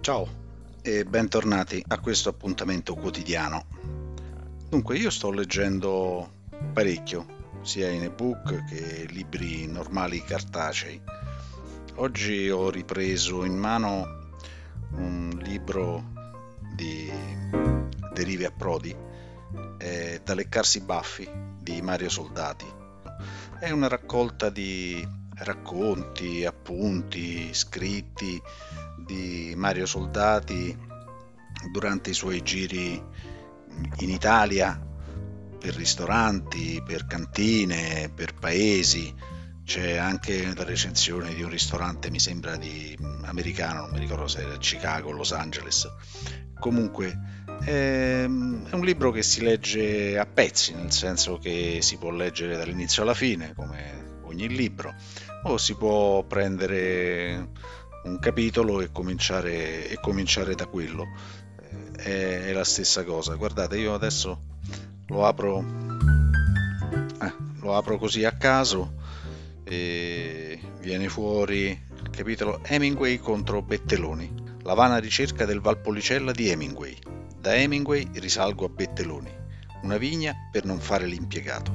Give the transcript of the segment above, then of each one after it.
Ciao e bentornati a questo appuntamento quotidiano. Dunque, io sto leggendo parecchio, sia in ebook che libri normali cartacei. Oggi ho ripreso in mano un libro di Derive a Prodi, Da leccarsi i baffi di Mario Soldati. È una raccolta di racconti, appunti, scritti di Mario Soldati durante i suoi giri in Italia per ristoranti, per cantine, per paesi. C'è anche la recensione di un ristorante, mi sembra di americano, non mi ricordo se era Chicago o Los Angeles. Comunque è un libro che si legge a pezzi, nel senso che si può leggere dall'inizio alla fine, come ogni libro, o si può prendere un capitolo e cominciare da quello. È la stessa cosa. Guardate, io adesso lo apro, lo apro così a caso e viene fuori il capitolo Hemingway contro Betteloni, la vana ricerca del Valpolicella di Hemingway. Da Hemingway risalgo a Betteloni, una vigna per non fare l'impiegato.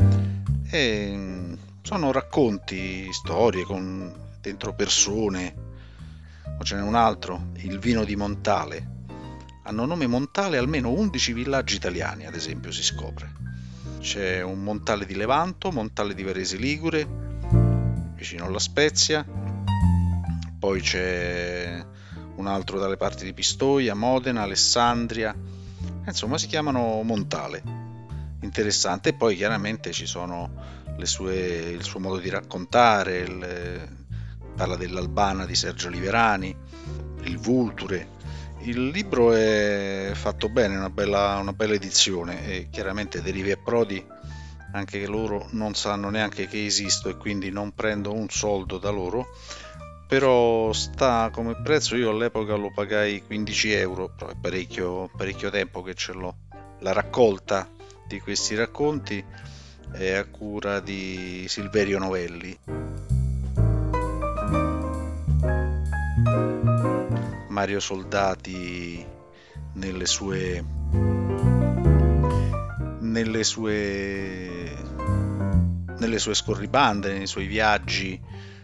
E sono racconti, storie con dentro persone. O ce n'è un altro, il vino di Montale. Hanno nome Montale almeno 11 villaggi italiani, ad esempio, si scopre. C'è un Montale di Levanto, Montale di Varese Ligure, vicino alla Spezia, poi c'è un altro dalle parti di Pistoia, Modena, Alessandria, insomma si chiamano Montale. Interessante. E poi chiaramente ci sono il suo modo di raccontare, parla dell'Albana di Sergio Liverani, il Vulture. Il libro è fatto bene, è una bella edizione e chiaramente Derive a Prodi, anche loro non sanno neanche che esisto e quindi non prendo un soldo da loro, però sta come prezzo, io all'epoca lo pagai 15 euro, però è parecchio tempo che ce l'ho. La raccolta di questi racconti è a cura di Silverio Novelli. Mario Soldati nelle sue scorribande, nei suoi viaggi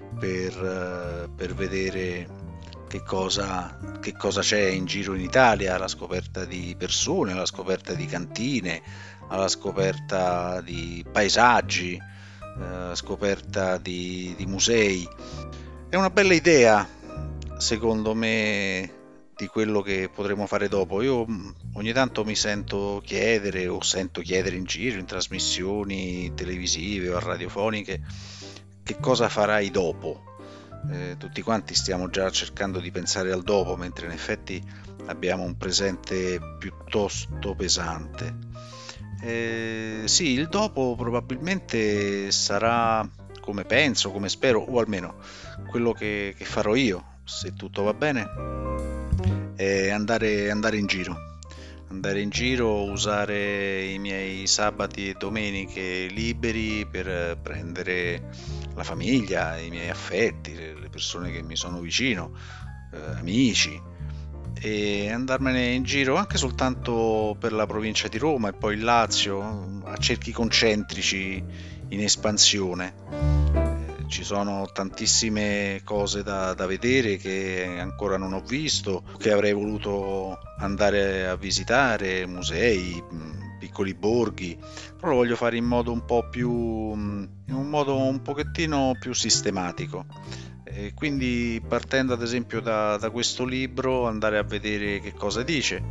per vedere che cosa c'è in giro in Italia, alla scoperta di persone, alla scoperta di cantine, alla scoperta di paesaggi, alla scoperta di musei. È una bella idea, secondo me, di quello che potremo fare dopo. Io ogni tanto mi sento chiedere o sento chiedere in giro, in trasmissioni televisive o radiofoniche, che cosa farai dopo. Tutti quanti stiamo già cercando di pensare al dopo, mentre in effetti abbiamo un presente piuttosto pesante. Sì, il dopo probabilmente sarà come penso, come spero, o almeno quello che farò io, se tutto va bene, è andare in giro. Andare in giro, usare i miei sabati e domeniche liberi per prendere la famiglia, i miei affetti, le persone che mi sono vicino, amici, e andarmene in giro anche soltanto per la provincia di Roma e poi il Lazio, a cerchi concentrici in espansione. Ci sono tantissime cose da vedere che ancora non ho visto, che avrei voluto andare a visitare, musei, piccoli borghi, però lo voglio fare in modo in un modo un pochettino più sistematico. E quindi partendo ad esempio da questo libro, andare a vedere che cosa dice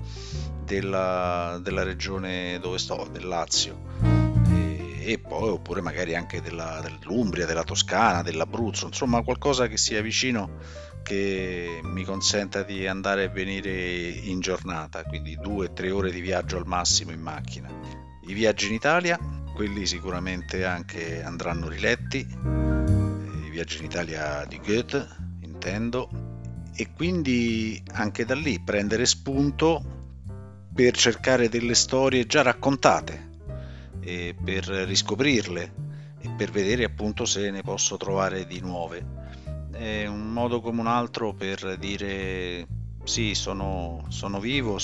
della regione dove sto, del Lazio. E poi oppure magari anche dell'Umbria, della Toscana, dell'Abruzzo, insomma qualcosa che sia vicino, che mi consenta di andare e venire in giornata, quindi 2 o 3 ore di viaggio al massimo in macchina. I viaggi in Italia, quelli sicuramente anche andranno riletti, i viaggi in Italia di Goethe, intendo, e quindi anche da lì prendere spunto per cercare delle storie già raccontate e per riscoprirle e per vedere appunto se ne posso trovare di nuove. È un modo come un altro per dire sì, sono vivo,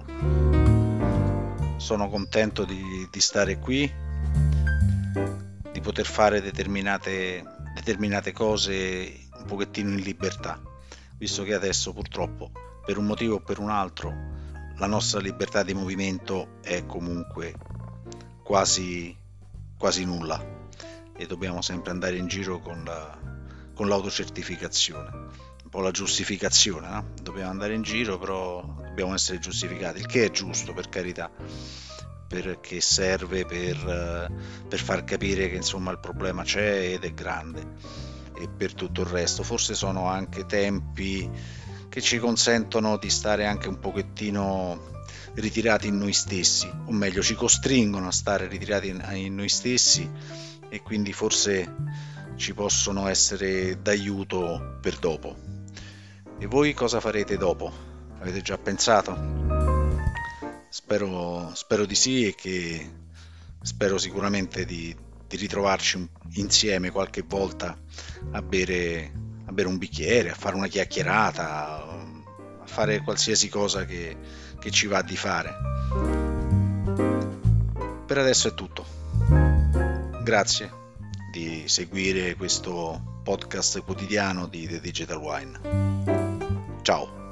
sono contento di stare qui, di poter fare determinate cose un pochettino in libertà, visto che adesso purtroppo, per un motivo o per un altro, la nostra libertà di movimento è comunque quasi, quasi nulla e dobbiamo sempre andare in giro con l'autocertificazione, un po' la giustificazione, no? Dobbiamo andare in giro, però dobbiamo essere giustificati, il che è giusto, per carità, perché serve per far capire che insomma il problema c'è ed è grande, e per tutto il resto. Forse sono anche tempi che ci consentono di stare anche un pochettino ritirati in noi stessi, o meglio ci costringono a stare ritirati in noi stessi, e quindi forse ci possono essere d'aiuto per dopo. E voi cosa farete dopo? Avete già pensato? Spero di sì, e che spero sicuramente di ritrovarci insieme qualche volta a bere un bicchiere, a fare una chiacchierata, a fare qualsiasi cosa che ci va di fare. Per adesso è tutto. Grazie di seguire questo podcast quotidiano di The Digital Wine. Ciao!